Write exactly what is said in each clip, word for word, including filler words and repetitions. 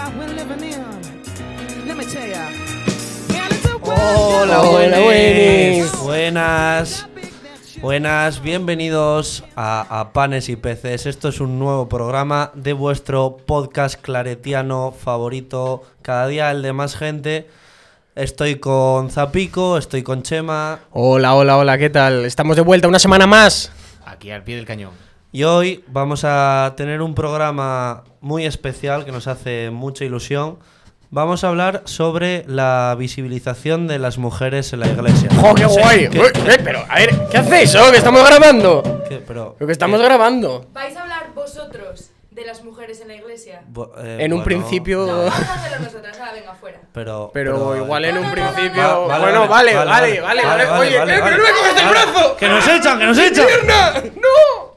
Hola, hola, buenas. Buenas. Buenas, bienvenidos a, a Panes y Peces. Esto es un nuevo programa de vuestro podcast claretiano favorito, cada día el de más gente. Estoy con Zapico, estoy con Chema. Hola, hola, hola, ¿qué tal? Estamos de vuelta una semana más. Aquí al pie del cañón. Y hoy vamos a tener un programa muy especial que nos hace mucha ilusión. Vamos a hablar sobre la visibilización de las mujeres en la iglesia. ¡Jo, qué guay! ¿Qué, Uy, eh, pero, a ver, ¿qué hacéis? ¿Oh? ¿Que estamos grabando? qué, pero, Lo que estamos ¿qué? grabando. ¿Vais a hablar vosotros de las mujeres en la iglesia? Bo- eh, En un bueno, principio- No, vamos a hacerlo nosotras, ahora venga, fuera. Pero, Pero igual en un No, no, no, no, principio... no. Va- Bueno, vale, vale, vale, vale, vale. Oye, vale, eh, vale. que no me coges el Vale. brazo. ¡Que nos echan, que nos echan! ¡Pierna! ¡No!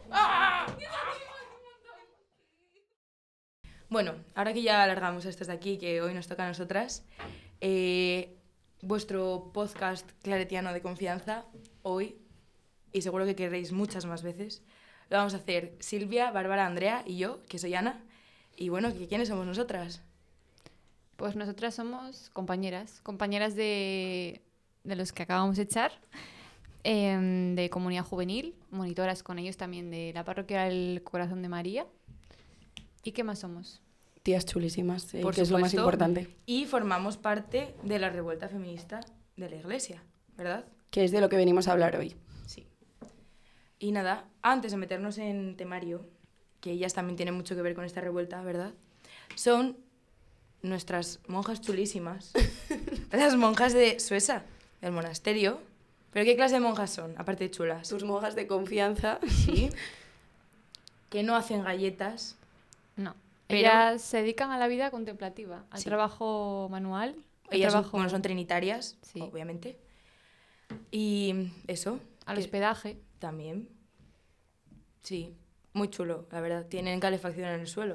Bueno, ahora que ya alargamos esto de aquí, que hoy nos toca a nosotras, eh, vuestro podcast claretiano de confianza, hoy, y seguro que queréis muchas más veces, lo vamos a hacer Silvia, Bárbara, Andrea y yo, que soy Ana. Y bueno, ¿quiénes somos nosotras? Pues nosotras somos compañeras, compañeras de, de los que acabamos de echar, eh, de Comunidad Juvenil, monitoras con ellos también de la Parroquia del Corazón de María. ¿Y qué más somos? Tías chulísimas, eh, Por que es lo más supuesto. importante. Y formamos parte de la revuelta feminista de la Iglesia, ¿verdad? Que es de lo que venimos a hablar hoy. Sí. Y nada, antes de meternos en temario, que ellas también tienen mucho que ver con esta revuelta, ¿verdad? Son nuestras monjas chulísimas, las monjas de Suesa, del monasterio. ¿Pero qué clase de monjas son, aparte de chulas? Tus monjas de confianza. Sí. Que no hacen galletas. No. Pero- Ellas se dedican a la vida contemplativa, al Sí. trabajo manual. al Ellas son, trabajo, bueno, son trinitarias, Sí. obviamente. Y eso. al que- hospedaje. También. Sí, muy chulo, la verdad. Tienen calefacción en el suelo.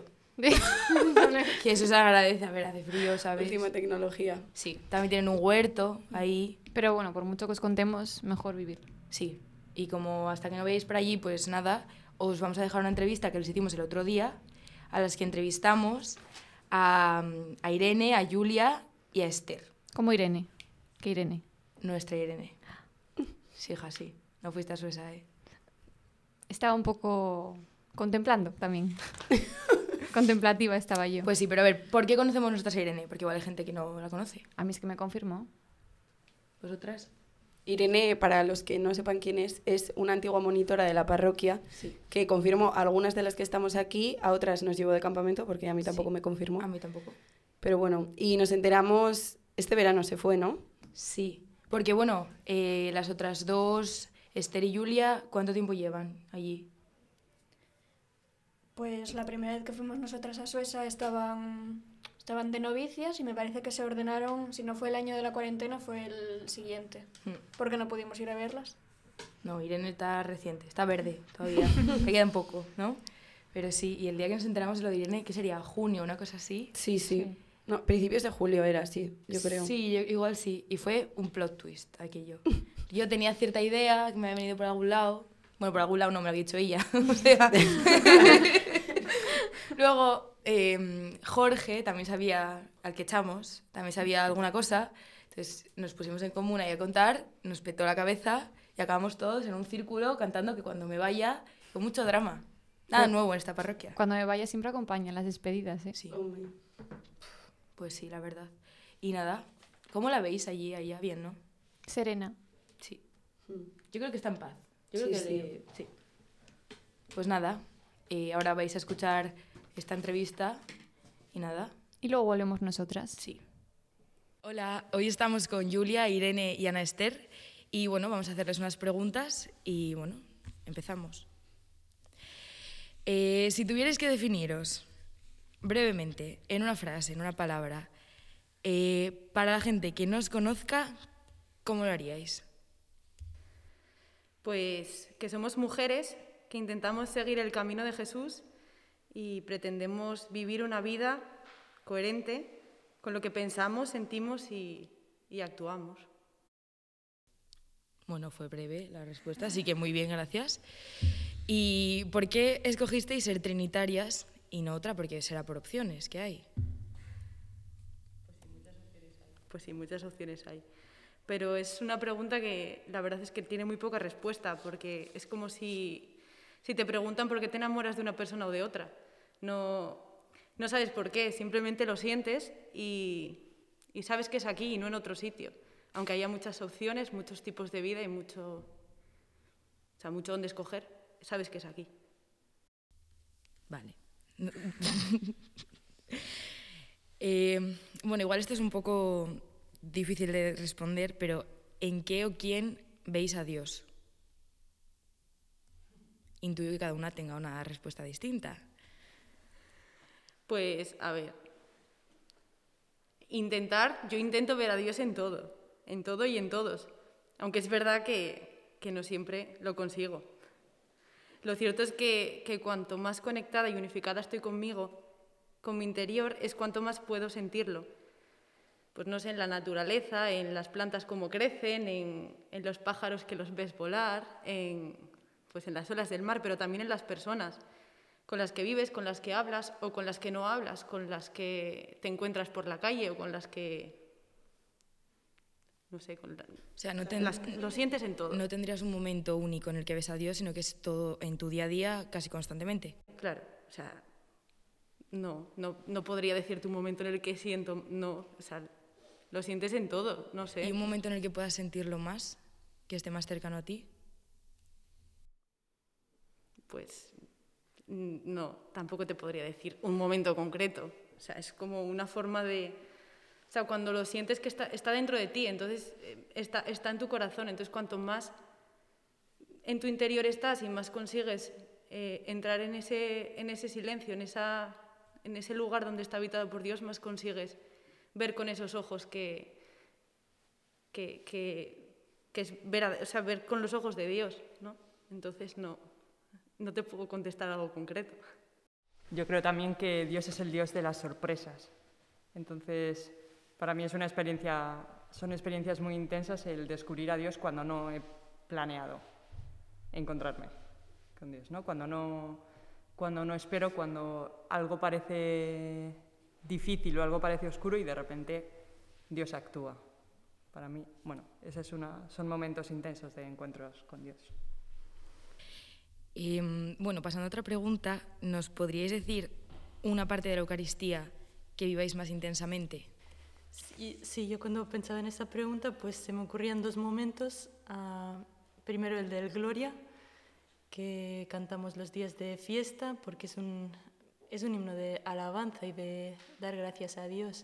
Que eso se agradece, a ver, hace frío, ¿sabes? Última tecnología. Sí, también tienen un huerto ahí. Pero bueno, por mucho que os contemos, mejor vivir. Sí, y como hasta que no veáis por allí, pues nada, os vamos a dejar una entrevista que les hicimos el otro día, a las que entrevistamos a, a Irene, a Julia y a Esther, Como Irene. ¿Qué Irene? nuestra Irene. Sí, hija, sí. No fuiste a Sueza, ¿eh? Estaba un poco contemplando también. Contemplativa estaba yo. Pues sí, pero a ver, ¿por qué conocemos nosotras a Irene? Porque igual hay gente que no la conoce. A mí es que me confirmó. ¿Vosotras? Irene, para los que no sepan quién es, es una antigua monitora de la parroquia Sí. que confirmó a algunas de las que estamos aquí, a otras nos llevó de campamento porque a mí tampoco Sí. me confirmó. A mí tampoco. Pero bueno, y nos enteramos, este verano se fue, ¿no? Sí, porque bueno, eh, las otras dos, Esther y Julia, ¿cuánto tiempo llevan allí? Pues la primera vez que fuimos nosotras a Suecia estaban, estaban de novicias y me parece que se ordenaron, si no fue el año de la cuarentena, fue el siguiente, Hmm. porque no pudimos ir a verlas. No, Irene está reciente, está verde todavía, le queda un poco, ¿no? Pero sí, y el día que nos enteramos de lo de Irene, ¿qué sería? ¿Junio, una cosa así? Sí, sí. Sí. No, principios de julio era, sí, yo creo. Sí, yo- igual sí, y fue un plot twist aquello. Yo tenía cierta idea, que me había venido por algún lado, bueno, por algún lado no me lo había dicho ella, o sea... Luego, eh, Jorge también sabía, al que echamos, también sabía alguna cosa. Entonces nos pusimos en común ahí a contar, nos petó la cabeza y acabamos todos en un círculo cantando que cuando me vaya, con mucho drama. Nada nuevo en esta parroquia. Cuando me vaya siempre acompañan las despedidas, ¿eh? Sí, Hombre. pues sí, la verdad. Y nada, ¿cómo la veis allí, allá? Bien, ¿no? Serena. Sí. Yo creo que está en paz. Yo creo Sí, que sí. le- sí. Pues nada, eh, ahora vais a escuchar esta entrevista y nada, Y luego volvemos nosotras. sí. Hola, hoy estamos con Julia, Irene y Ana Esther y bueno, vamos a hacerles unas preguntas y bueno, empezamos. Eh, si tuvierais que definiros brevemente, en una frase, en una palabra, eh, para la gente que no os conozca, ¿cómo lo haríais? Pues que somos mujeres que intentamos seguir el camino de Jesús y pretendemos vivir una vida coherente con lo que pensamos, sentimos y, y actuamos. Bueno, fue breve la respuesta, así que muy bien, gracias. ¿Y por qué escogisteis ser trinitarias y no otra? Porque será por opciones que hay. pues sí, muchas opciones hay. Pero es una pregunta que la verdad es que tiene muy poca respuesta, porque es como si, si te preguntan por qué te enamoras de una persona o de otra. No, no sabes por qué, simplemente lo sientes y, y sabes que es aquí y no en otro sitio. Aunque haya muchas opciones, muchos tipos de vida y mucho, o sea, mucho donde escoger, sabes que es aquí. Vale. eh, bueno, igual esto es un poco difícil de responder, pero ¿en qué o quién veis a Dios? Intuyo que cada una tenga una respuesta distinta. Pues, a ver, intentar, yo intento ver a Dios en todo, en todo y en todos, aunque es verdad que, que no siempre lo consigo. Lo cierto es que, que cuanto más conectada y unificada estoy conmigo, con mi interior, es cuanto más puedo sentirlo. Pues no sé, en la naturaleza, en las plantas cómo crecen, en, en los pájaros que los ves volar, en, pues en las olas del mar, pero también en las personas con las que vives, con las que hablas o con las que no hablas, con las que te encuentras por la calle o con las que... No sé, con la, O sea, no ten- las, lo sientes en todo. No tendrías un momento único en el que ves a Dios, sino que es todo en tu día a día, casi constantemente. Claro, o sea, no, no, no podría decirte un momento en el que siento, no, o sea, lo sientes en todo, no sé. ¿Y un momento en el que puedas sentirlo más, que esté más cercano a ti? Pues mm, no, tampoco te podría decir un momento concreto. O sea, es como una forma de... O sea, cuando lo sientes que está, está dentro de ti, entonces eh, está, está en tu corazón. Entonces, cuanto más en tu interior estás y más consigues eh, entrar en ese, en ese silencio, en, esa, en ese lugar donde está habitado por Dios, más consigues ver con esos ojos que... que, que, que es ver, a, o sea, ver con los ojos de Dios, ¿no? Entonces, no... No te puedo contestar algo concreto. Yo creo también que Dios es el Dios de las sorpresas. Entonces, para mí es una experiencia, son experiencias muy intensas el descubrir a Dios cuando no he planeado encontrarme con Dios, ¿no? Cuando no, cuando no espero, cuando algo parece difícil o algo parece oscuro y de repente Dios actúa. Para mí, bueno, esos es una, son momentos intensos de encuentros con Dios. Eh, bueno, pasando a otra pregunta, ¿nos podríais decir una parte de la Eucaristía que viváis más intensamente? Sí, sí, yo cuando pensaba en esta pregunta, pues se me ocurrían dos momentos. Uh, primero el del Gloria, que cantamos los días de fiesta, porque es un, es un himno de alabanza y de dar gracias a Dios.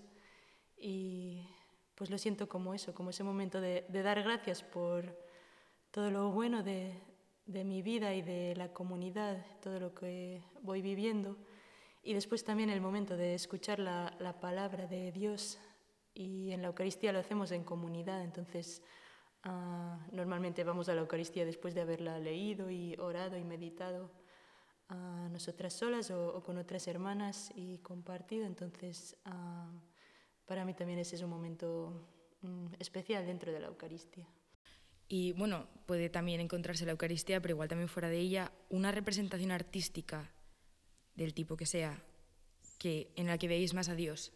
Y pues lo siento como eso, como ese momento de, de dar gracias por todo lo bueno de... de mi vida y de la comunidad, todo lo que voy viviendo. Y después también el momento de escuchar la, la palabra de Dios. Y en la Eucaristía lo hacemos en comunidad, entonces uh, normalmente vamos a la Eucaristía después de haberla leído y orado y meditado uh, nosotras solas o, o con otras hermanas y compartido. Entonces uh, para mí también ese es un momento um, especial dentro de la Eucaristía. Y bueno, puede también encontrarse la Eucaristía, pero igual también fuera de ella, una representación artística del tipo que sea, que, en la que veáis más a Dios.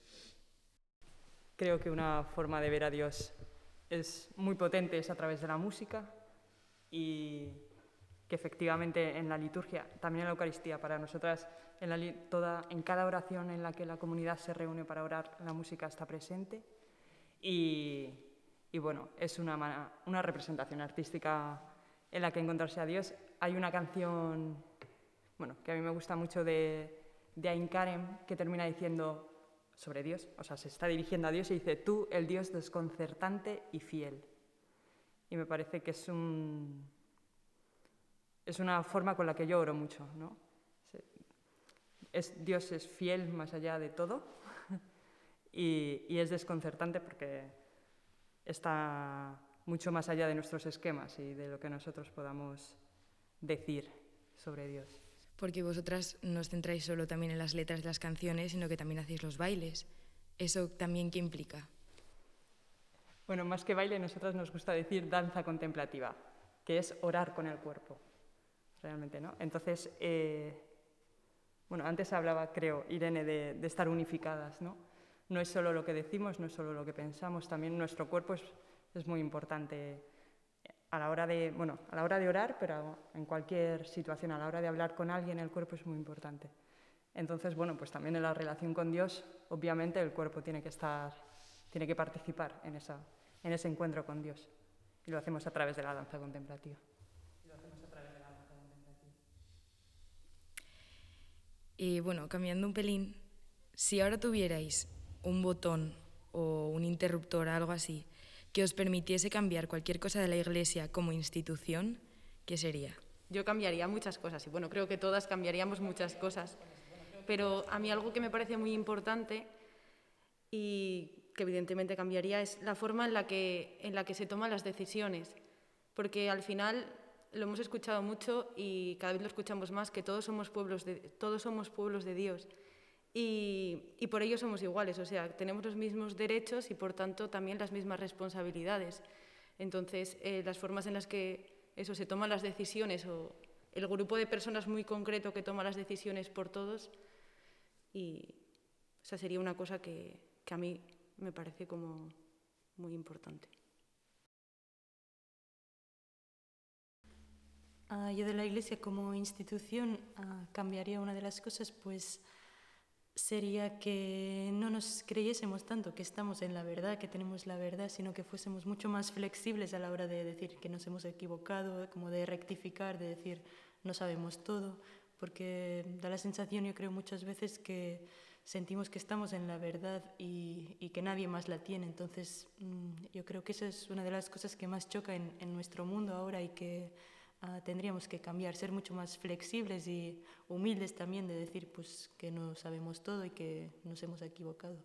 Creo que una forma de ver a Dios es muy potente, es a través de la música y que efectivamente en la liturgia, también en la Eucaristía, para nosotras en, la, toda, en cada oración en la que la comunidad se reúne para orar, la música está presente y... Y bueno, es una, una representación artística en la que encontrarse a Dios. Hay una canción, bueno, que a mí me gusta mucho de, de Ain Karim, que termina diciendo sobre Dios, o sea, se está dirigiendo a Dios y dice, tú, el Dios desconcertante y fiel. Y me parece que es, un, es una forma con la que yo oro mucho, ¿no? Es, Dios es fiel más allá de todo y, y es desconcertante porque... está mucho más allá de nuestros esquemas y de lo que nosotros podamos decir sobre Dios. Porque vosotras no os centráis solo también en las letras de las canciones, sino que también hacéis los bailes. ¿Eso también qué implica? Bueno, más que baile, nosotras nos gusta decir danza contemplativa, que es orar con el cuerpo, realmente, ¿no? Entonces, eh, bueno, antes hablaba, creo, Irene, de, de estar unificadas, ¿no? no es solo lo que decimos, no es solo lo que pensamos, también nuestro cuerpo es, es muy importante a la hora de, bueno, a la hora de orar, pero en cualquier situación, a la hora de hablar con alguien, el cuerpo es muy importante. Entonces, bueno, pues también en la relación con Dios, obviamente el cuerpo tiene que estar, tiene que participar en, esa, en ese encuentro con Dios. Y lo hacemos a través de la danza contemplativa. Y lo hacemos a través de la danza contemplativa. Y bueno, cambiando un pelín, si ahora tuvierais un botón o un interruptor, algo así, que os permitiese cambiar cualquier cosa de la Iglesia como institución, ¿qué sería? Yo cambiaría muchas cosas y bueno, creo que todas cambiaríamos muchas cosas, pero a mí algo que me parece muy importante y que evidentemente cambiaría es la forma en la que, en la que se toman las decisiones, porque al final lo hemos escuchado mucho y cada vez lo escuchamos más, que todos somos pueblos de, todos somos pueblos de Dios y, y por ello somos iguales, o sea, tenemos los mismos derechos y por tanto también las mismas responsabilidades. Entonces, eh, las formas en las que eso se toman las decisiones o el grupo de personas muy concreto que toma las decisiones por todos, y esa sería una cosa que, que a mí me parece como muy importante. Uh, yo de la Iglesia como institución uh, cambiaría una de las cosas, pues sería que no nos creyésemos tanto que estamos en la verdad, que tenemos la verdad, sino que fuésemos mucho más flexibles a la hora de decir que nos hemos equivocado, como de rectificar, de decir no sabemos todo, porque da la sensación, yo creo, muchas veces que sentimos que estamos en la verdad y, y que nadie más la tiene. Entonces, mmm, yo creo que esa es una de las cosas que más choca en, en nuestro mundo ahora y que Uh, tendríamos que cambiar, ser mucho más flexibles y humildes también, de decir pues, que no sabemos todo y que nos hemos equivocado.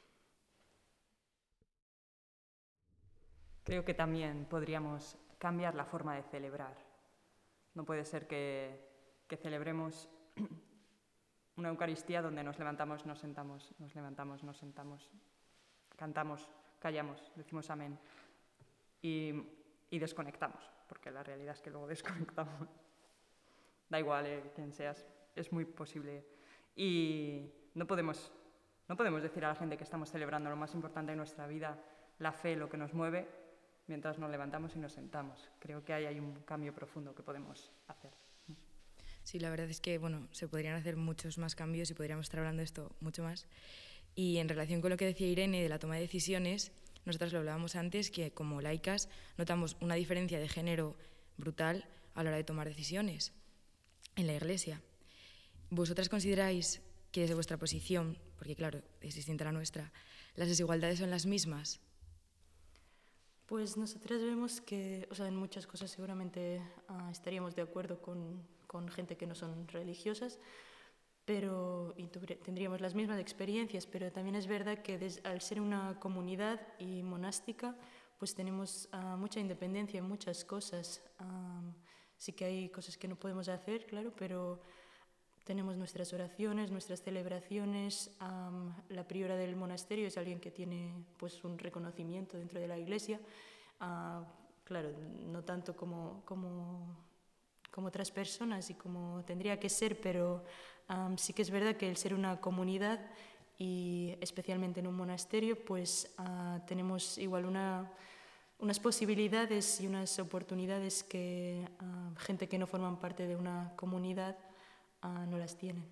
Creo que también podríamos cambiar la forma de celebrar. No puede ser que, que celebremos una Eucaristía donde nos levantamos, nos sentamos, nos levantamos, nos sentamos, cantamos, callamos, decimos amén y, y desconectamos. Porque la realidad es que luego desconectamos. Da igual eh, quién seas, es muy posible. Y no podemos, no podemos decir a la gente que estamos celebrando lo más importante de nuestra vida, la fe, lo que nos mueve, mientras nos levantamos y nos sentamos. Creo que ahí hay un cambio profundo que podemos hacer. Sí, la verdad es que bueno, se podrían hacer muchos más cambios y podríamos estar hablando de esto mucho más. Y en relación con lo que decía Irene de la toma de decisiones, nosotras lo hablábamos antes, que como laicas notamos una diferencia de género brutal a la hora de tomar decisiones en la Iglesia. ¿Vosotras consideráis que desde vuestra posición, porque claro, es distinta a la nuestra, las desigualdades son las mismas? Pues nosotras vemos que, o sea, en muchas cosas seguramente uh, estaríamos de acuerdo con, con gente que no son religiosas, pero y tendríamos las mismas experiencias, pero también es verdad que des, al ser una comunidad y monástica, pues tenemos uh, mucha independencia en muchas cosas. Um, sí que hay cosas que no podemos hacer, claro, pero tenemos nuestras oraciones, nuestras celebraciones. Um, la priora del monasterio es alguien que tiene pues, un reconocimiento dentro de la Iglesia. Uh, claro, no tanto como, como, como otras personas y como tendría que ser, pero Um, sí que es verdad que el ser una comunidad y especialmente en un monasterio, pues uh, tenemos igual una, unas posibilidades y unas oportunidades que uh, gente que no forman parte de una comunidad uh, no las tienen.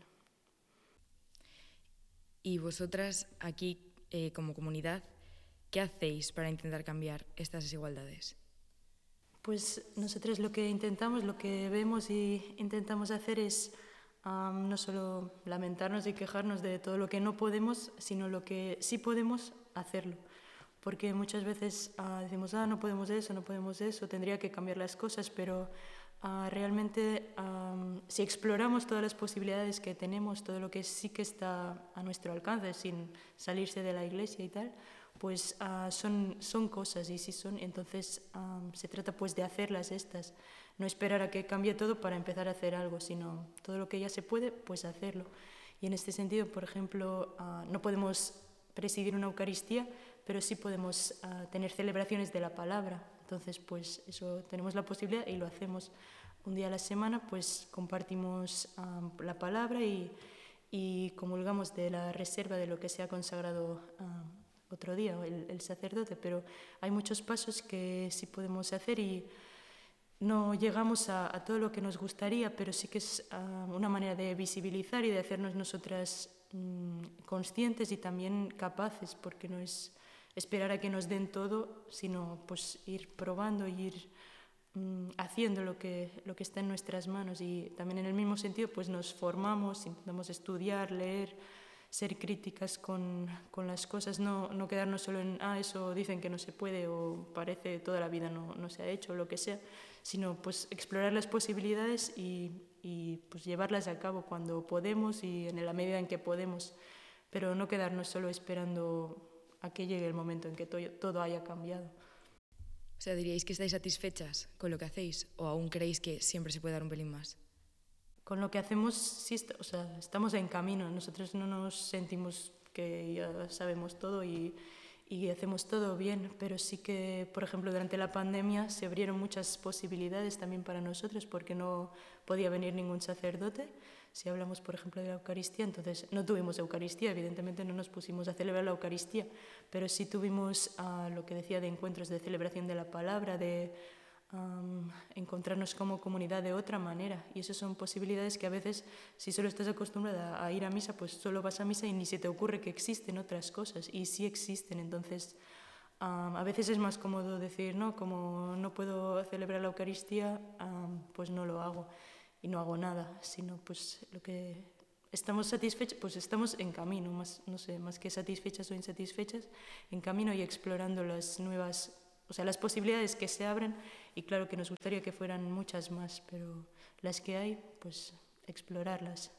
Y vosotras aquí, eh, como comunidad, ¿qué hacéis para intentar cambiar estas desigualdades? Pues nosotros lo que intentamos, lo que vemos y intentamos hacer es Um, no solo lamentarnos y quejarnos de todo lo que no podemos, sino lo que sí podemos hacerlo. Porque muchas veces uh, decimos, ah, no podemos eso, no podemos eso, tendría que cambiar las cosas, pero uh, realmente um, si exploramos todas las posibilidades que tenemos, todo lo que sí que está a nuestro alcance, sin salirse de la Iglesia y tal, pues uh, son, son cosas y sí son, entonces um, se trata pues de hacerlas estas. No esperar a que cambie todo para empezar a hacer algo, sino todo lo que ya se puede, pues hacerlo. Y en este sentido, por ejemplo, uh, no podemos presidir una Eucaristía, pero sí podemos uh, tener celebraciones de la palabra. Entonces, pues eso tenemos la posibilidad y lo hacemos un día a la semana, pues compartimos um, la palabra y, y comulgamos de la reserva de lo que se ha consagrado uh, otro día, el, el sacerdote, pero hay muchos pasos que sí podemos hacer y no llegamos a, a todo lo que nos gustaría, pero sí que es uh, una manera de visibilizar y de hacernos nosotras um, conscientes y también capaces, porque no es esperar a que nos den todo, sino pues ir probando y ir um, haciendo lo que, lo que está en nuestras manos. Y también en el mismo sentido pues nos formamos, intentamos estudiar, leer, ser críticas con, con las cosas, no, no quedarnos solo en, ah, eso dicen que no se puede o parece toda la vida no, no se ha hecho o lo que sea, sino pues explorar las posibilidades y, y pues llevarlas a cabo cuando podemos y en la medida en que podemos, pero no quedarnos solo esperando a que llegue el momento en que to- todo haya cambiado. O sea, ¿diríais que estáis satisfechas con lo que hacéis o aún creéis que siempre se puede dar un pelín más? Con lo que hacemos, sí, est- o sea, estamos en camino. Nosotros no nos sentimos que ya sabemos todo y, y hacemos todo bien, pero sí que, por ejemplo, durante la pandemia se abrieron muchas posibilidades también para nosotros porque no podía venir ningún sacerdote. Si hablamos, por ejemplo, de la Eucaristía, entonces no tuvimos Eucaristía, evidentemente no nos pusimos a celebrar la Eucaristía, pero sí tuvimos uh, lo que decía de encuentros de celebración de la palabra, de Um, encontrarnos como comunidad de otra manera, y esas son posibilidades que a veces, si solo estás acostumbrada a ir a misa, pues solo vas a misa y ni se te ocurre que existen otras cosas, y sí existen. Entonces um, a veces es más cómodo decir, no, como no puedo celebrar la Eucaristía, um, pues no lo hago y no hago nada, sino pues lo que estamos satisfechos, pues estamos en camino, más, no sé, más que satisfechas o insatisfechas, en camino y explorando las nuevas, o sea, las posibilidades que se abren. Y claro que nos gustaría que fueran muchas más, pero las que hay, pues explorarlas.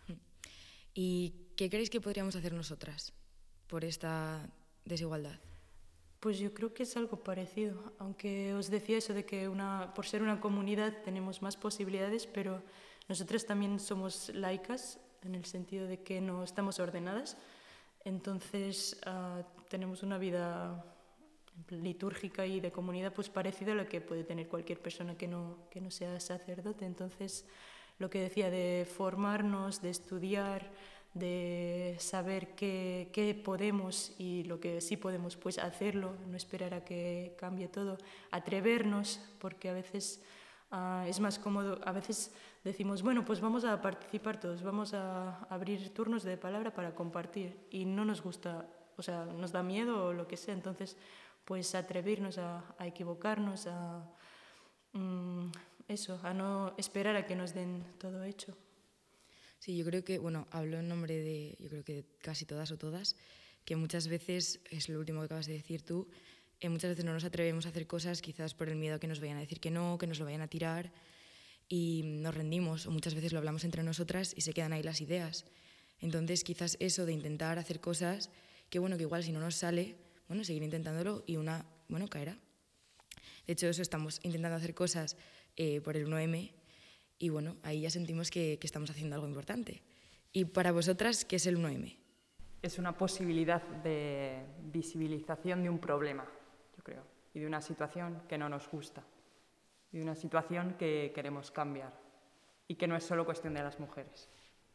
¿Y qué creéis que podríamos hacer nosotras por esta desigualdad? Pues yo creo que es algo parecido, aunque os decía eso de que una, por ser una comunidad tenemos más posibilidades, pero nosotras también somos laicas, en el sentido de que no estamos ordenadas, entonces uh, tenemos una vida litúrgica y de comunidad pues parecida a la que puede tener cualquier persona que no, que no sea sacerdote. Entonces, lo que decía de formarnos, de estudiar, de saber qué, qué podemos y lo que sí podemos, pues hacerlo, no esperar a que cambie todo, atrevernos, porque a veces uh, es más cómodo, a veces decimos, bueno, pues vamos a participar todos, vamos a abrir turnos de palabra para compartir, y no nos gusta, o sea, nos da miedo o lo que sea, entonces pues atrevernos a, a equivocarnos, a mm, eso, a no esperar a que nos den todo hecho. Sí, yo creo que, bueno, hablo en nombre de, yo creo que casi todas o todas, que muchas veces, es lo último que acabas de decir tú, eh, muchas veces no nos atrevemos a hacer cosas quizás por el miedo a que nos vayan a decir que no, que nos lo vayan a tirar, y nos rendimos, o muchas veces lo hablamos entre nosotras y se quedan ahí las ideas. Entonces quizás eso de intentar hacer cosas, que bueno, que igual si no nos sale, bueno, seguir intentándolo y una, bueno, caerá. De hecho, eso, estamos intentando hacer cosas eh, por el uno eme y bueno, ahí ya sentimos que, que estamos haciendo algo importante. ¿Y para vosotras qué es el uno eme? Es una posibilidad de visibilización de un problema, yo creo, y de una situación que no nos gusta, y de una situación que queremos cambiar, y que no es solo cuestión de las mujeres.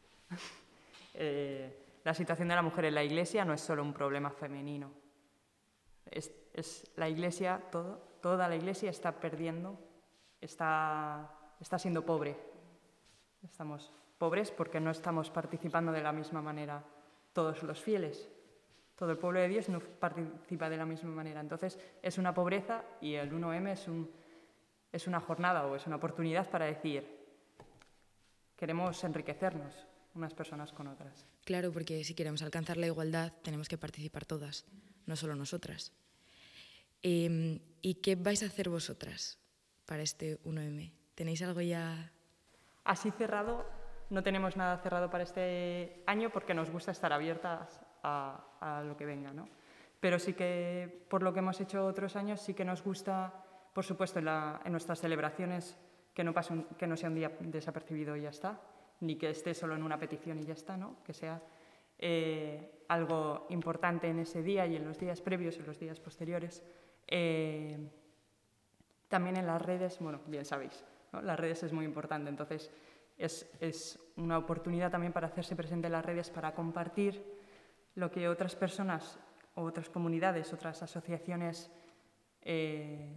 eh, la situación de la mujer en la Iglesia no es solo un problema femenino. Es, es la Iglesia, todo, toda la Iglesia está perdiendo, está, está siendo pobre. Estamos pobres porque no estamos participando de la misma manera todos los fieles. Todo el pueblo de Dios no participa de la misma manera. Entonces es una pobreza, y el uno eme es, un, es una jornada o es una oportunidad para decir, queremos enriquecernos unas personas con otras. Claro, porque si queremos alcanzar la igualdad tenemos que participar todas, no solo nosotras. Eh, ¿Y qué vais a hacer vosotras para este uno eme? ¿Tenéis algo ya...? Así cerrado, no tenemos nada cerrado para este año porque nos gusta estar abiertas a, a lo que venga, ¿no? Pero sí que, por lo que hemos hecho otros años, sí que nos gusta, por supuesto, en, la, en nuestras celebraciones, que no, pase un, que no sea un día desapercibido y ya está, ni que esté solo en una petición y ya está, ¿no? Que sea eh, algo importante en ese día y en los días previos y en los días posteriores. Eh, también en las redes, bueno, bien sabéis, ¿no? Las redes es muy importante, entonces es, es una oportunidad también para hacerse presente en las redes, para compartir lo que otras personas o otras comunidades, otras asociaciones eh,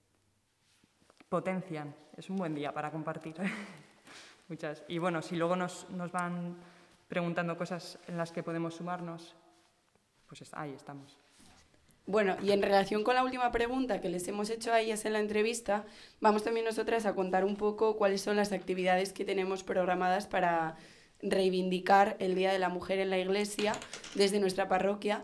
potencian. Es un buen día para compartir. Muchas. Y bueno, si luego nos, nos van preguntando cosas en las que podemos sumarnos, pues es, ahí estamos. Bueno, y en relación con la última pregunta que les hemos hecho a ellas en la entrevista, vamos también nosotras a contar un poco cuáles son las actividades que tenemos programadas para reivindicar el Día de la Mujer en la Iglesia desde nuestra parroquia.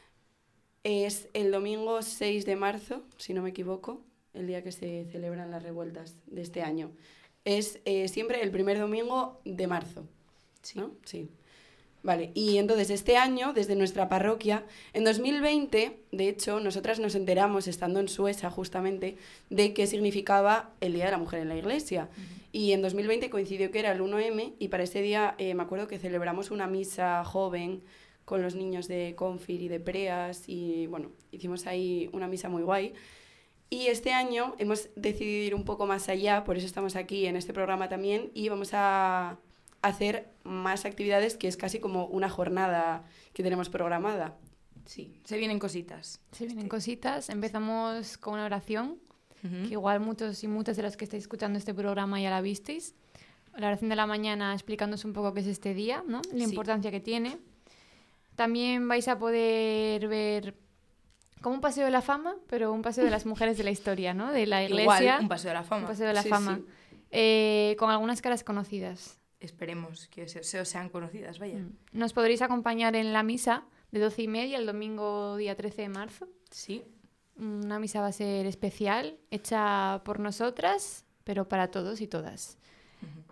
Es el domingo seis de marzo, si no me equivoco, el día que se celebran las revueltas de este año. Es eh, siempre el primer domingo de marzo, Sí. ¿no? Sí. Vale, y entonces este año, desde nuestra parroquia, en dos mil veinte, de hecho, nosotras nos enteramos, estando en Suecia justamente, de qué significaba el Día de la Mujer en la Iglesia. Uh-huh. Y en dos mil veinte coincidió que era el uno eme, y para ese día eh, me acuerdo que celebramos una misa joven con los niños de Confir y de Preas, y bueno, hicimos ahí una misa muy guay. Y este año hemos decidido ir un poco más allá, por eso estamos aquí en este programa también, y vamos a hacer más actividades, que es casi como una jornada que tenemos programada. Sí, se vienen cositas. Se vienen cositas. Empezamos con una oración, Uh-huh. que igual muchos y muchas de los que estáis escuchando este programa ya la visteis. La oración de la mañana explicándonos un poco qué es este día, ¿no? La Sí. importancia que tiene. También vais a poder ver como un paseo de la fama, pero un paseo de las mujeres de la historia, ¿no? De la iglesia. Igual, un paseo de la fama. Un paseo de la Sí, fama. sí. Eh, con algunas caras conocidas. Esperemos que se, se os sean conocidas, vaya. Mm. Nos podréis acompañar en la misa de doce y media el domingo día trece de marzo. Sí. Una misa va a ser especial, hecha por nosotras, pero para todos y todas. Uh-huh.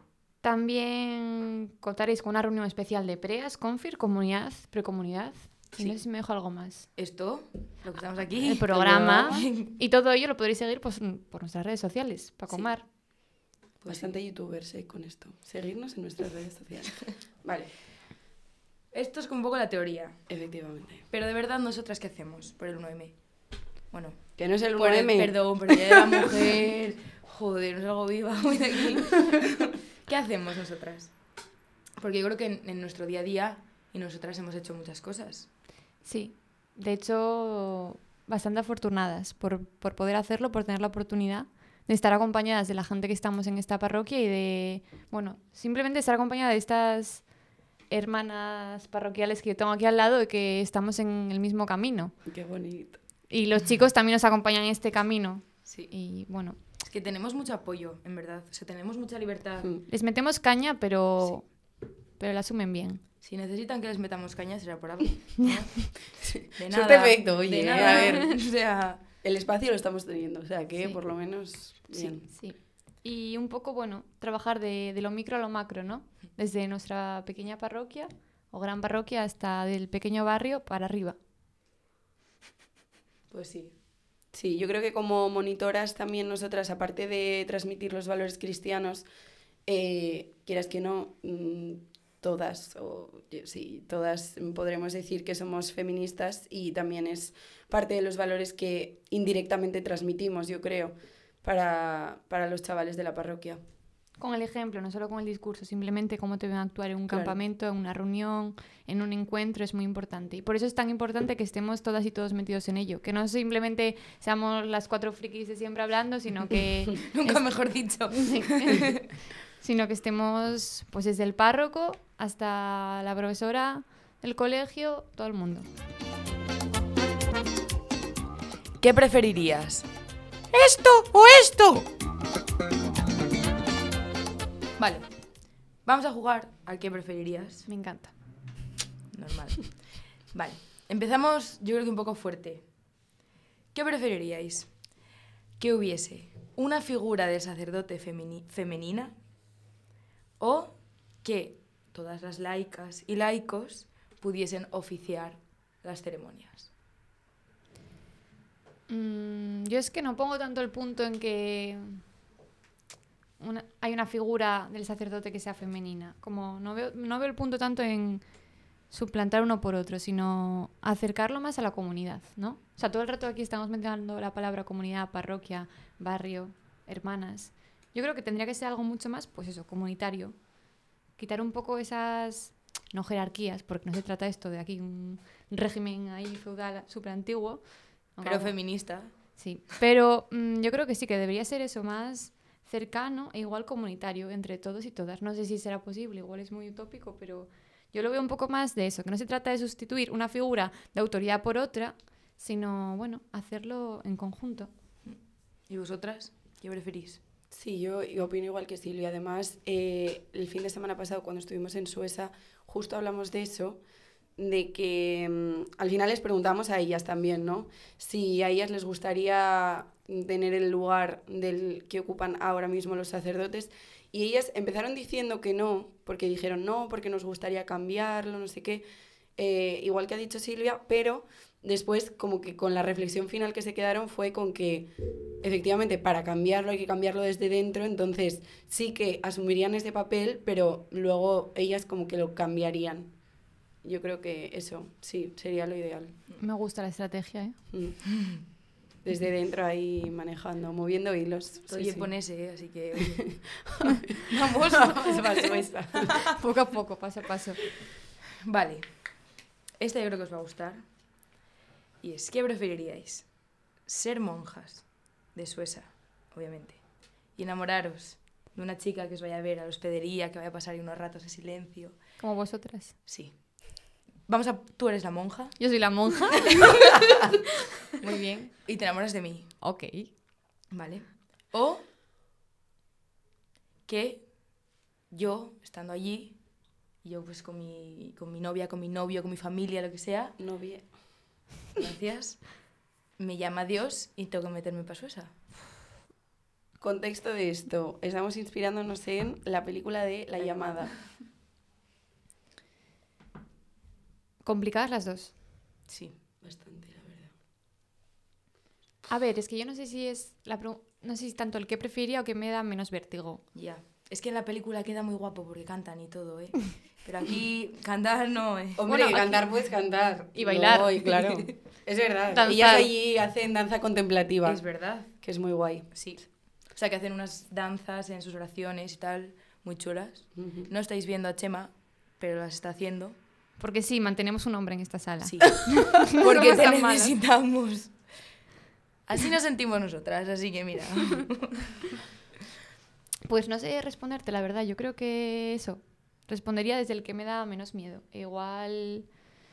También contaréis con una reunión especial de Preas, Confir, comunidad, precomunidad. Sí. Y no sé si me dejo algo más. Esto, lo que estamos aquí. El programa. El Y todo ello lo podréis seguir pues, por nuestras redes sociales, para Sí. comer. Pues bastante youtubers eh, con esto. Seguirnos en nuestras redes sociales. Vale, Esto es como un poco la teoría. efectivamente. Pero de verdad, ¿nosotras qué hacemos por el uno eme? Bueno, Que no es el por uno el, eme. perdón, por el Día de la Mujer. Joder, no salgo viva hoy de aquí. ¿Qué hacemos nosotras? Porque yo creo que en, en nuestro día a día y nosotras hemos hecho muchas cosas. Sí, de hecho, bastante afortunadas por, por poder hacerlo, por tener la oportunidad de estar acompañadas de la gente que estamos en esta parroquia y de, bueno, simplemente estar acompañada de estas hermanas parroquiales que yo tengo aquí al lado y que estamos en el mismo camino. Qué bonito. Y los chicos también nos acompañan en este camino. Sí. Y bueno, Es que tenemos mucho apoyo, en verdad. O sea, tenemos mucha libertad. Mm. les metemos caña, pero, pero la asumen bien. Si necesitan que les metamos caña, será por algo. ¿no? De Eso es perfecto, oye, de eh, nada. a ver. O sea, El espacio lo estamos teniendo, o sea que Sí. por lo menos bien. Sí. Y un poco, bueno, trabajar de, de lo micro a lo macro, ¿no? Desde nuestra pequeña parroquia o gran parroquia hasta del pequeño barrio para arriba. Pues sí. Sí, yo creo que como monitoras también nosotras, aparte de transmitir los valores cristianos, eh, quieras que no, mm, todas, o sí, todas podremos decir que somos feministas y también es parte de los valores que indirectamente transmitimos, yo creo, para, para los chavales de la parroquia. Con el ejemplo, no solo con el discurso, simplemente cómo te ven actuar en un Claro. campamento, en una reunión, en un encuentro, es muy importante. Y por eso es tan importante que estemos todas y todos metidos en ello. Que no simplemente seamos las cuatro frikis de siempre hablando, sino que... nunca es- mejor dicho. Sí. Sino que estemos pues desde el párroco hasta la profesora del colegio, todo el mundo. ¿Qué preferirías? ¿Esto o esto? Vale. Vamos a jugar al que preferirías. Me encanta. Normal. Vale. Empezamos, yo creo que un poco fuerte. ¿Qué preferiríais? ¿Que hubiese una figura de sacerdote femini- femenina o que todas las laicas y laicos pudiesen oficiar las ceremonias? Mm, yo es que no pongo tanto el punto en que una- hay una figura del sacerdote que sea femenina. Como no veo, no veo el punto tanto en suplantar uno por otro, sino acercarlo más a la comunidad, ¿no? O sea, todo el rato aquí estamos mencionando la palabra comunidad, parroquia, barrio, hermanas. Yo creo que tendría que ser algo mucho más, pues eso, comunitario. quitar un poco esas, no jerarquías, porque no se trata esto de aquí un régimen ahí feudal súper antiguo. Pero feminista. Sí, pero mmm, yo creo que sí, que debería ser eso más cercano e igual comunitario entre todos y todas. No sé si será posible, igual es muy utópico, pero yo lo veo un poco más de eso, que no se trata de sustituir una figura de autoridad por otra, sino, bueno, hacerlo en conjunto. ¿Y vosotras? ¿Qué preferís? Sí, yo, yo opino igual que Silvia. Además, eh, el fin de semana pasado, cuando estuvimos en Suecia, justo hablamos de eso, de que um, al final les preguntamos a ellas también, ¿no? Si a ellas les gustaría tener el lugar del que ocupan ahora mismo los sacerdotes, y ellas empezaron diciendo que no, porque dijeron no, porque nos gustaría cambiarlo, no sé qué, eh, igual que ha dicho Silvia, pero después como que con la reflexión final que se quedaron fue con que efectivamente para cambiarlo hay que cambiarlo desde dentro, entonces sí que asumirían ese papel, pero luego ellas como que lo cambiarían. Yo creo que eso, sí, sería lo ideal. Me gusta la estrategia, ¿eh? Mm. Desde dentro ahí manejando, moviendo hilos. Soy sí, japonese, ¿eh? Así que... Vamos, vamos a Suecia. Poco a poco, paso a paso. Vale. Esta yo creo que os va a gustar. Y es, ¿qué preferiríais? Ser monjas de Suecia, obviamente, y enamoraros de una chica que os vaya a ver a la hospedería, que vaya a pasar ahí unos ratos de silencio. Como vosotras. Sí. Vamos a... Tú eres la monja. Yo soy la monja. Muy bien. Y te enamoras de mí. Ok. Vale. O que yo, estando allí, yo pues con mi, con mi novia, con mi novio, con mi familia, lo que sea... Novia. Gracias. Me llama Dios y tengo que meterme para Suecia. Contexto de esto. Estamos inspirándonos en la película de La Llamada. Complicadas las dos. Sí. Bastante, la verdad. A ver, es que yo no sé si es la pro... no sé si tanto el que preferiría o que me da menos vértigo. Ya. Es que en la película queda muy guapo porque cantan y todo, ¿eh? Pero aquí cantar no, ¿eh? Hombre, Bueno, cantar aquí... puedes cantar. Y bailar. No, y claro. Es verdad. Danzar. Ellas allí hacen danza contemplativa. Es verdad. Que es muy guay. Sí. O sea, que hacen unas danzas en sus oraciones y tal, muy chulas. Uh-huh. No estáis viendo a Chema, pero las está haciendo. Porque sí, mantenemos un hombre en esta sala. Sí. Porque te tan malas. necesitamos. Así nos sentimos nosotras, así que mira. Pues no sé responderte, la verdad. Yo creo que eso. Respondería desde el que me da menos miedo. E igual...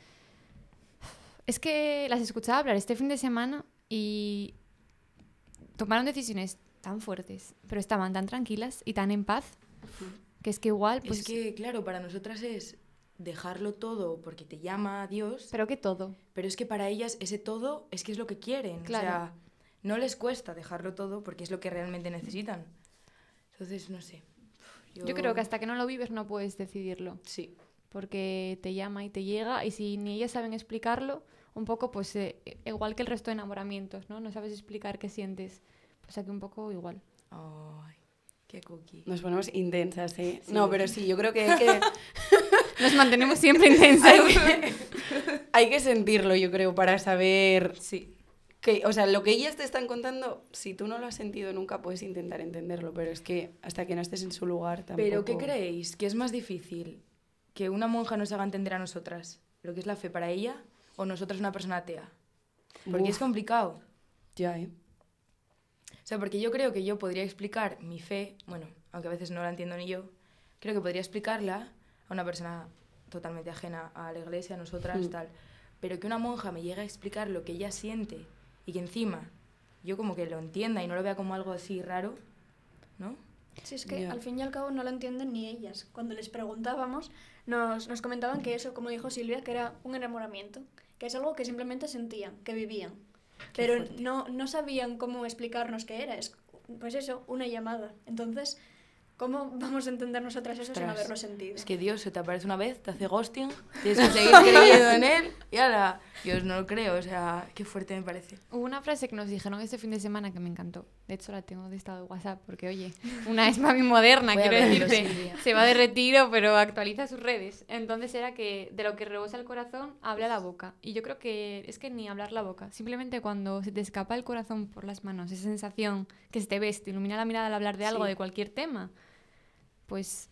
Es que las escuchaba hablar este fin de semana y tomaron decisiones tan fuertes, pero estaban tan tranquilas y tan en paz, que es que igual... Pues... Es que, claro, para nosotras es dejarlo todo porque te llama Dios. Pero que todo. Pero es que para ellas ese todo es que es lo que quieren. Claro. O sea, no les cuesta dejarlo todo porque es lo que realmente necesitan. Entonces, no sé. Yo, Yo creo que hasta que no lo vives no puedes decidirlo. Sí. Porque te llama y te llega, y si ni ellas saben explicarlo, un poco, pues eh, igual que el resto de enamoramientos, ¿no? No sabes explicar qué sientes. Pues aquí un poco igual. Ay, qué cookie. Nos ponemos intensas, ¿eh? Sí. No, pero sí, yo creo que hay que... Nos mantenemos siempre intensas. hay, que hay que sentirlo, yo creo, para saber... Sí. Que, o sea, lo que ellas te están contando, si tú no lo has sentido nunca, puedes intentar entenderlo, pero es que hasta que no estés en su lugar tampoco... ¿Pero qué creéis? ¿Que es más difícil que una monja nos haga entender a nosotras lo que es la fe para ella o nosotras una persona atea? Porque Uf. es complicado. Ya, ¿eh? O sea, porque yo creo que yo podría explicar mi fe, bueno, aunque a veces no la entiendo ni yo, creo que podría explicarla a una persona totalmente ajena a la iglesia, a nosotras, Mm. tal. Pero que una monja me llegue a explicar lo que ella siente y que encima yo como que lo entienda y no lo vea como algo así raro, ¿no? Sí, es que Ya. al fin y al cabo no lo entienden ni ellas. Cuando les preguntábamos, nos, nos comentaban que eso, como dijo Silvia, que era un enamoramiento, que es algo que simplemente sentían, que vivían. Qué Pero fuerte. no, no sabían cómo explicarnos qué era. Es, pues eso, una llamada. Entonces, ¿cómo vamos a entender nosotras eso sin Ostras, haberlo sentido? Es que Dios se te aparece una vez, te hace ghosting, tienes que seguir creyendo en él y ahora, Dios no lo creo, o sea, qué fuerte me parece. Hubo una frase que nos dijeron este fin de semana que me encantó. De hecho, la tengo de estado de WhatsApp, porque, oye, una es mami moderna, Voy a quiero verlo, decirte. Silvia. Se va de retiro, pero actualiza sus redes. Entonces era que de lo que rebosa el corazón, habla la boca. Y yo creo que es que ni hablar la boca. Simplemente cuando se te escapa el corazón por las manos, esa sensación que se te ves, te ilumina la mirada al hablar de algo, Sí. de cualquier tema, pues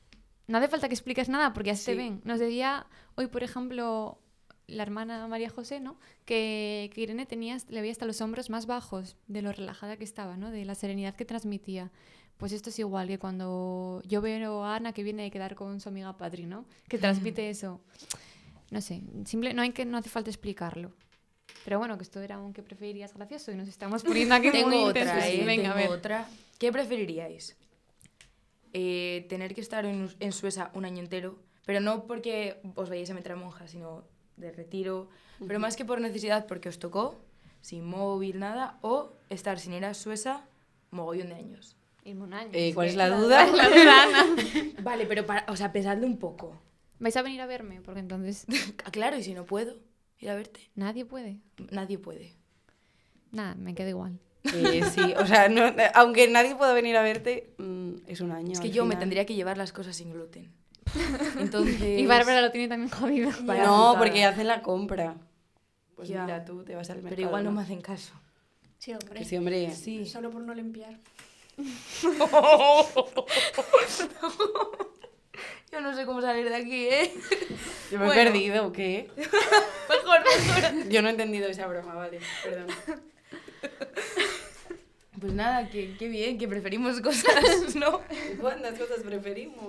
no hace falta que expliques nada porque ya se Sí. te ven. Nos decía hoy, por ejemplo, la hermana María José, ¿no? Que, que Irene tenía, le veía hasta los hombros más bajos de lo relajada que estaba, ¿no? De la serenidad que transmitía. Pues esto es igual que cuando yo veo a Ana que viene de quedar con su amiga Patri, ¿no? Que transmite eso. No sé, simple, no, hay que, no hace falta explicarlo. Pero bueno, que esto era un que preferirías gracioso y nos estamos poniendo aquí Tengo muy otra, intensos. eh, Venga, a tengo ver. otra. ¿Qué preferiríais? Eh, tener que estar en, en Suecia un año entero, pero no porque os vayáis a meter a monja, sino de retiro, pero más que por necesidad, porque os tocó, sin móvil, nada, o estar sin ir a Suecia mogollón de años. Irme un año. Eh, ¿Cuál Sí. es la duda? La duda, Ana. Vale, pero para, o sea, pensadlo un poco. ¿Vais a venir a verme? Porque entonces Ah, claro, y si no puedo ir a verte, nadie puede. nadie puede. Nada, me quedo igual. Eh, sí, o sea, no- aunque nadie pueda venir a verte, mm, es un año. Es que al yo me final. tendría que llevar las cosas sin gluten. Entonces... Y Bárbara lo tiene también jodido. Vaya No, putada. porque hacen la compra. Pues Ya. mira, tú te vas al mercado. Pero igual no me hacen caso. Sí, hombre. Que sí, hombre. Sí. Solo por no limpiar. Yo no sé cómo salir de aquí, ¿eh? Yo me he Bueno. perdido, ¿o qué? Mejor, mejor. Yo no he entendido esa broma, vale, perdón. Pues nada, qué, qué bien, que preferimos cosas, ¿no? ¿Cuántas cosas preferimos?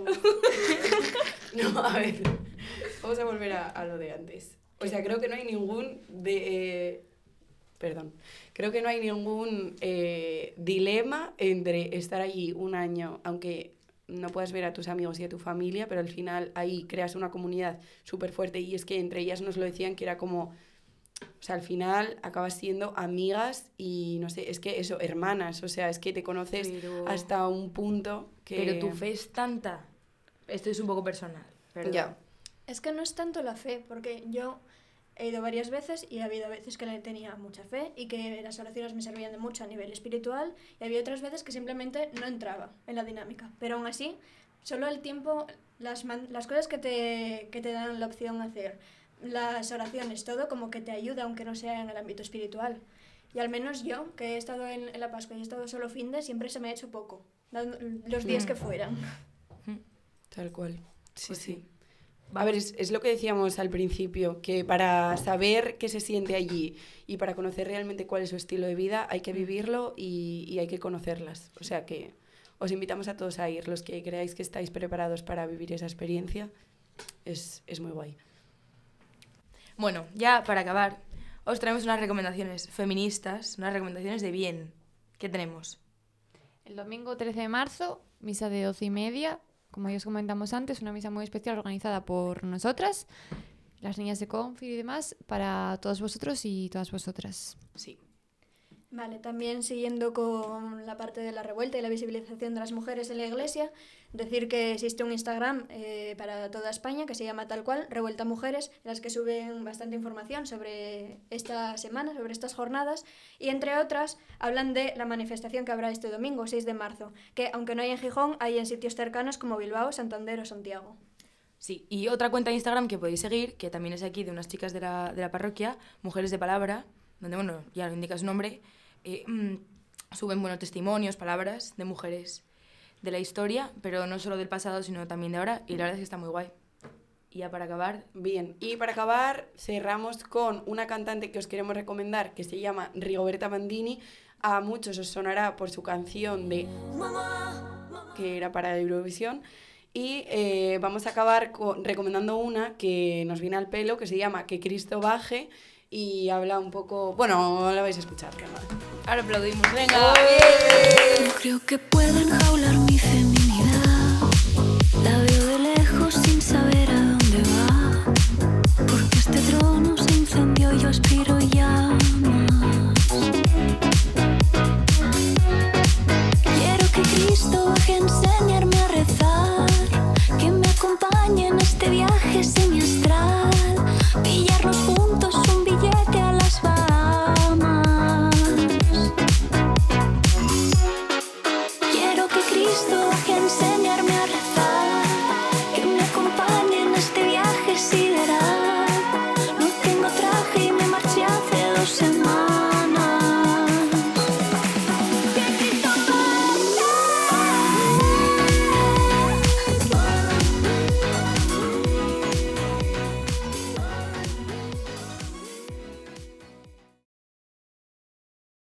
No, a ver, vamos a volver a, a lo de antes. O sea, creo que no hay ningún de... eh, perdón. Creo que no hay ningún eh, dilema entre estar allí un año, aunque no puedas ver a tus amigos y a tu familia, pero al final ahí creas una comunidad súper fuerte y es que entre ellas nos lo decían que era como... O sea, al final acabas siendo amigas y, no sé, es que eso, hermanas, o sea, es que te conoces Pero- hasta un punto que... Pero tu fe es tanta. Esto es un poco personal, perdón. Ya. Es que no es tanto la fe, porque yo he ido varias veces y ha habido veces que le tenía mucha fe y que las oraciones me servían de mucho a nivel espiritual y había otras veces que simplemente no entraba en la dinámica. Pero aún así, solo el tiempo, las, man- las cosas que te, que te dan la opción de hacer, las oraciones, todo como que te ayuda, aunque no sea en el ámbito espiritual. Y al menos yo, que he estado en, en la Pascua y he estado solo fin de, siempre se me ha hecho poco, dando- los días que fueran. Tal cual. Sí, Pues sí. sí. A ver, es, es lo que decíamos al principio, que para saber qué se siente allí y para conocer realmente cuál es su estilo de vida, hay que vivirlo y, y hay que conocerlas. O sea que os invitamos a todos a ir, los que creáis que estáis preparados para vivir esa experiencia, es, es muy guay. Bueno, ya para acabar, os traemos unas recomendaciones feministas, unas recomendaciones de bien. ¿Qué tenemos? El domingo trece de marzo, misa de doce y media, como ya os comentamos antes, una misa muy especial organizada por nosotras, las niñas de Confir y demás, para todos vosotros y todas vosotras. Sí. Vale, también siguiendo con la parte de la revuelta y la visibilización de las mujeres en la iglesia, decir que existe un Instagram eh, para toda España que se llama tal cual, Revuelta Mujeres, en las que suben bastante información sobre esta semana, sobre estas jornadas, y entre otras hablan de la manifestación que habrá este domingo, seis de marzo, que aunque no hay en Gijón, hay en sitios cercanos como Bilbao, Santander o Santiago. Sí, y otra cuenta de Instagram que podéis seguir, que también es aquí de unas chicas de la, de la parroquia, Mujeres de Palabra, donde, bueno, ya lo indica su nombre, eh, mm, suben buenos testimonios, palabras de mujeres de la historia, pero no solo del pasado, sino también de ahora, y la verdad es que está muy guay. Y ya para acabar... Bien, y para acabar cerramos con una cantante que os queremos recomendar que se llama Rigoberta Bandini. A muchos os sonará por su canción de que era para Eurovisión. Y eh, vamos a acabar con, recomendando una que nos viene al pelo, que se llama Que Cristo Baje, y habla un poco... Bueno, la vais a escuchar, que mal. Ahora aplaudimos, venga. No creo que pueda enjaular mi feminidad. La veo de lejos sin saber a dónde va. Porque este trono se incendió y yo aspiro llamas. Quiero que Cristo baje a enseñarme a rezar, que me acompañe en este viaje sin